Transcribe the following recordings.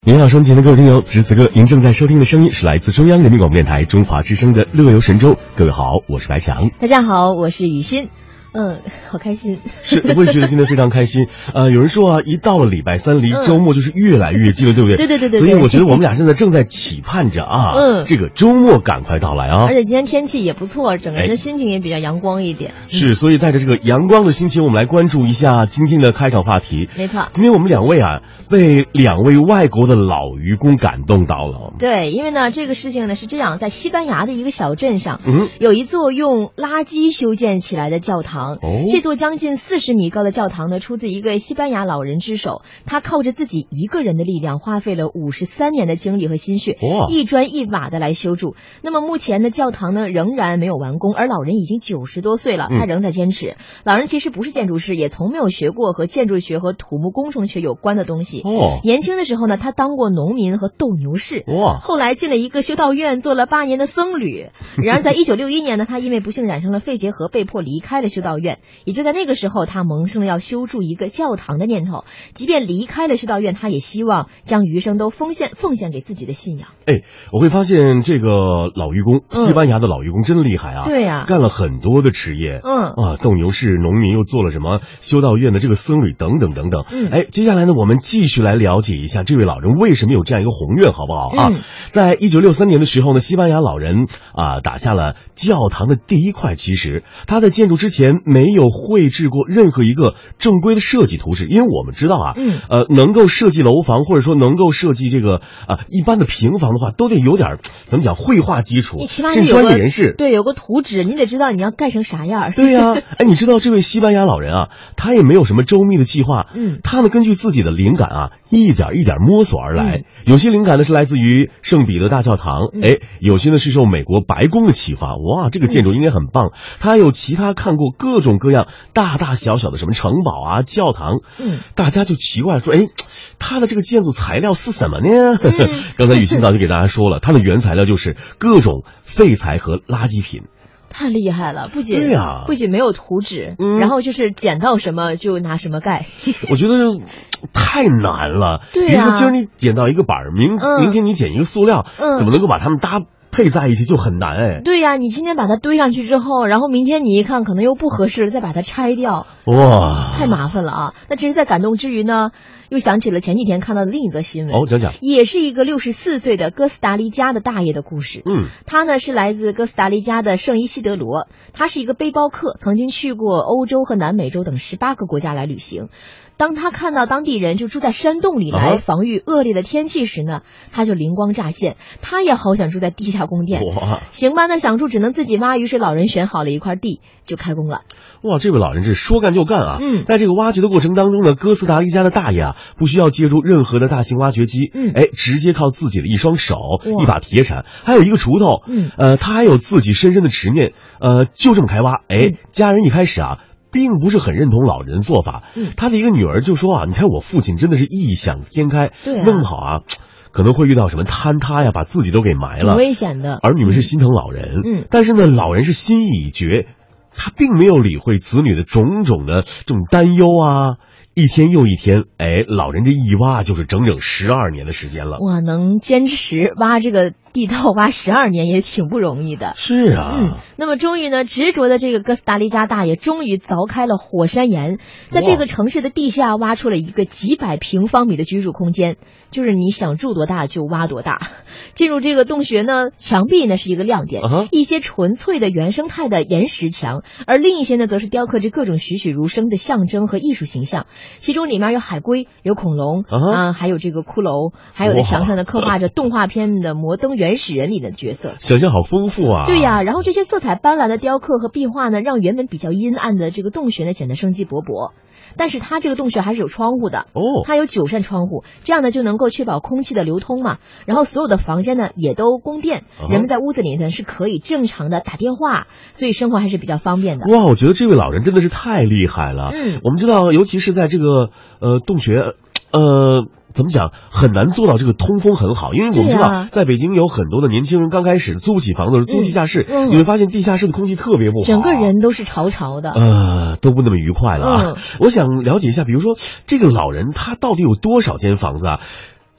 您好，收听的各位听友，此时此刻您正在收听的声音是来自中央人民广播电台中华之声的乐游神州。各位好，我是白强。 大家好，我是雨欣。好开心。 是，我也觉得今天非常开心。有人说啊，一到了礼拜三，离周末就是越来越近了，对不对？ 对。 所以我觉得我们俩现在正在期盼着啊，这个周末赶快到来啊！ 而且今天天气也不错，整个人的心情也比较阳光一点。 是，所以带着这个阳光的心情，我们来关注一下今天的开场话题。 没错， 今天我们两位啊，被两位外国的老渔工感动到了。 对，因为呢，这个事情呢是这样，在西班牙的一个小镇上，有一座用垃圾修建起来的教堂。这座将近40米高的教堂呢，出自一个西班牙老人之手，他靠着自己一个人的力量，花费了53年的精力和心血，一砖一瓦的来修筑。那么目前的教堂呢，仍然没有完工，而老人已经90多岁了，他仍在坚持。老人其实不是建筑师，也从没有学过和建筑学和土木工程学有关的东西。年轻的时候呢，他当过农民和斗牛士。后来进了一个修道院，做了8年的僧侣。然而在1961年呢，他因为不幸染上了肺结核，被迫离开了修道院。也就在那个时候，他萌生了要修筑一个教堂的念头。即便离开了修道院，他也希望将余生都奉献给自己的信仰。 我会发现这个老渔工，西班牙的老渔工真厉害啊！ 对呀， 干了很多的职业。斗牛士、农民，又做了什么修道院的这个僧侣等等等等。接下来呢，我们继续来了解一下这位老人为什么有这样一个宏愿，好不好啊？在1963年的时候呢，西班牙老人打下了教堂的第一块基石。他在建筑之前没有绘制过任何一个正规的设计图纸，因为我们知道啊，能够设计楼房或者说能够设计这个一般的平房的话，都得有点怎么讲绘画基础， 你起码是专业人士， 对，有个图纸，你得知道你要盖成啥样。 对呀，你知道这位西班牙老人啊，他也没有什么周密的计划，他呢根据自己的灵感啊，一点一点摸索而来。有些灵感呢是来自于圣彼得大教堂，有些呢是受美国白宫的启发。哇，这个建筑应该很棒。他还有其他看过各种各样大大小小的什么城堡啊、教堂，大家就奇怪说，他的这个建筑材料是什么呢？刚才雨欣早就给大家说了，他的原材料就是各种废材和垃圾品。 太厉害了，不仅没有图纸，然后就是捡到什么就拿什么盖。我觉得太难了。对呀，比如说今儿你捡到一个板儿，明天你捡一个塑料，怎么能够把它们搭配在一起就很难。 对呀，你今天把它堆上去之后，然后明天你一看可能又不合适了，再把它拆掉， 哇， 太麻烦了啊！那其实在感动之余呢，又想起了前几天看到的另一则新闻。 讲讲， 也是一个64岁的哥斯达黎加的大爷的故事。他呢是来自哥斯达黎加的圣伊西德罗，他是一个背包客，曾经去过欧洲和南美洲等18个国家来旅行。当他看到当地人就住在山洞里来防御恶劣的天气时呢，他就灵光乍现，他也好想住在地下宫殿。行吧，那想住只能自己挖，于是老人选好了一块地就开工了。 哇，这位老人是说干就干啊！在这个挖掘的过程当中呢，哥斯达黎加的大爷不需要借助任何的大型挖掘机，直接靠自己的一双手、一把铁铲，还有一个锄头，他还有自己深深的执念，就这么开挖。家人一开始并不是很认同老人的做法。他的一个女儿就说你看我父亲真的是异想天开，弄不好可能会遇到什么坍塌呀，把自己都给埋了， 挺危险的。 儿女们是心疼老人，但是呢，老人是心意已决，他并没有理会子女的种种的这种担忧啊。一天又一天，老人这一挖就是整整12年的时间了。 哇，能坚持挖这个地道挖12年也挺不容易的。 是啊， 那么终于呢，执着的这个哥斯达黎加大爷终于凿开了火山岩，在这个城市的地下挖出了一个几百平方米的居住空间，就是你想住多大就挖多大。进入这个洞穴呢，墙壁呢是一个亮点，一些纯粹的原生态的岩石墙，而另一些呢则是雕刻着各种栩栩如生的象征和艺术形象。其中里面有海龟、有恐龙还有这个骷髅，还有的墙上呢刻画着动画片的《摩登原始人》里的角色， 想象好丰富啊！ 对呀，然后这些色彩斑斓的雕刻和壁画呢，让原本比较阴暗的这个洞穴呢显得生机勃勃。但是它这个洞穴还是有窗户的它有9扇窗户，这样呢就能够确保空气的流通嘛。然后所有的房间呢也都供电，人们在屋子里呢是可以正常的打电话，所以生活还是比较方便的。 哇，我觉得这位老人真的是太厉害了。我们知道，尤其是在这个洞穴，怎么讲，很难做到这个通风很好，因为我们知道，在北京有很多的年轻人刚开始租起房子租地下室，你会发现地下室的空气特别不好， 整个人都是潮的， 都不那么愉快了我想了解一下，比如说这个老人他到底有多少间房子啊？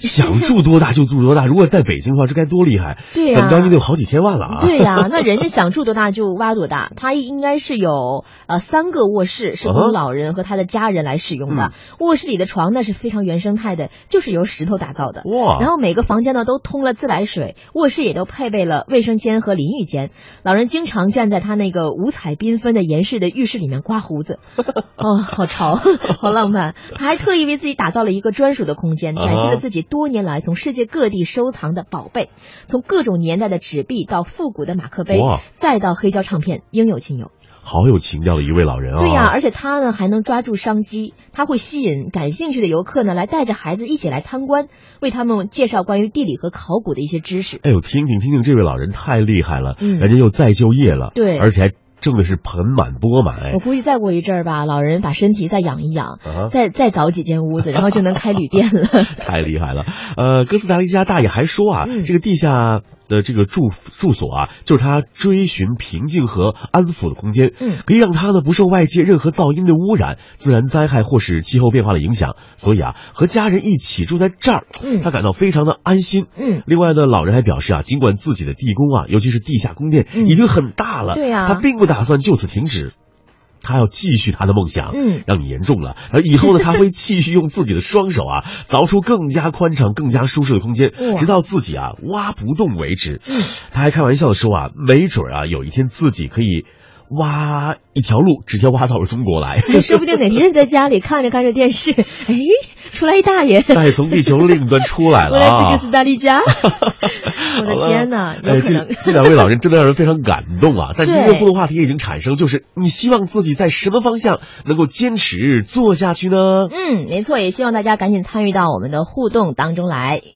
想住多大就住多大，如果在北京的话，这该多厉害！ 对呀， 咱们将近得有好几千万了啊！ 对呀，那人家想住多大就挖多大，他应该是有3个卧室是供老人和他的家人来使用的。卧室里的床呢是非常原生态的，就是由石头打造的。 哇！ 然后每个房间呢都通了自来水，卧室也都配备了卫生间和淋浴间。老人经常站在他那个五彩缤纷的岩式的浴室里面刮胡子，哦，好潮，好浪漫。他还特意为自己打造了一个专属的空间，展示了自己多年来从世界各地收藏的宝贝，从各种年代的纸币到复古的马克杯，再到黑胶唱片，应有尽有。 好有情调的一位老人啊！ 对呀，而且他呢还能抓住商机，他会吸引感兴趣的游客呢来带着孩子一起来参观，为他们介绍关于地理和考古的一些知识。 哎呦，听听这位老人太厉害了，人家又再就业了， 对， 而且还挣的是盆满钵满。 我估计再过一阵儿吧，老人把身体再养一养，再凿几间屋子，然后就能开旅店了。 太厉害了！哥斯达黎加大爷还说啊，这个地下的这个住所啊，就是他追寻平静和安抚的空间，可以让他呢不受外界任何噪音的污染、自然灾害或是气候变化的影响。所以啊，和家人一起住在这儿，他感到非常的安心。另外呢，老人还表示啊，尽管自己的地宫啊，尤其是地下宫殿已经很大了， 对呀， 他并不打算就此停止。他要继续他的梦想，让你言重了。而以后呢，他会继续用自己的双手啊，凿出更加宽敞、更加舒适的空间，直到自己啊挖不动为止。他还开玩笑的说啊，没准啊有一天自己可以挖一条路，直接挖到了中国来。 说不定哪天在家里看着电视，哎，出来一大爷， 大爷从地球另一端出来了， 我来自哥斯达黎加。我的天哪！有可能这两位老人真的让人非常感动啊！但今天的互动话题已经产生，就是你希望自己在什么方向能够坚持做下去呢？ 没错，也希望大家赶紧参与到我们的互动当中来。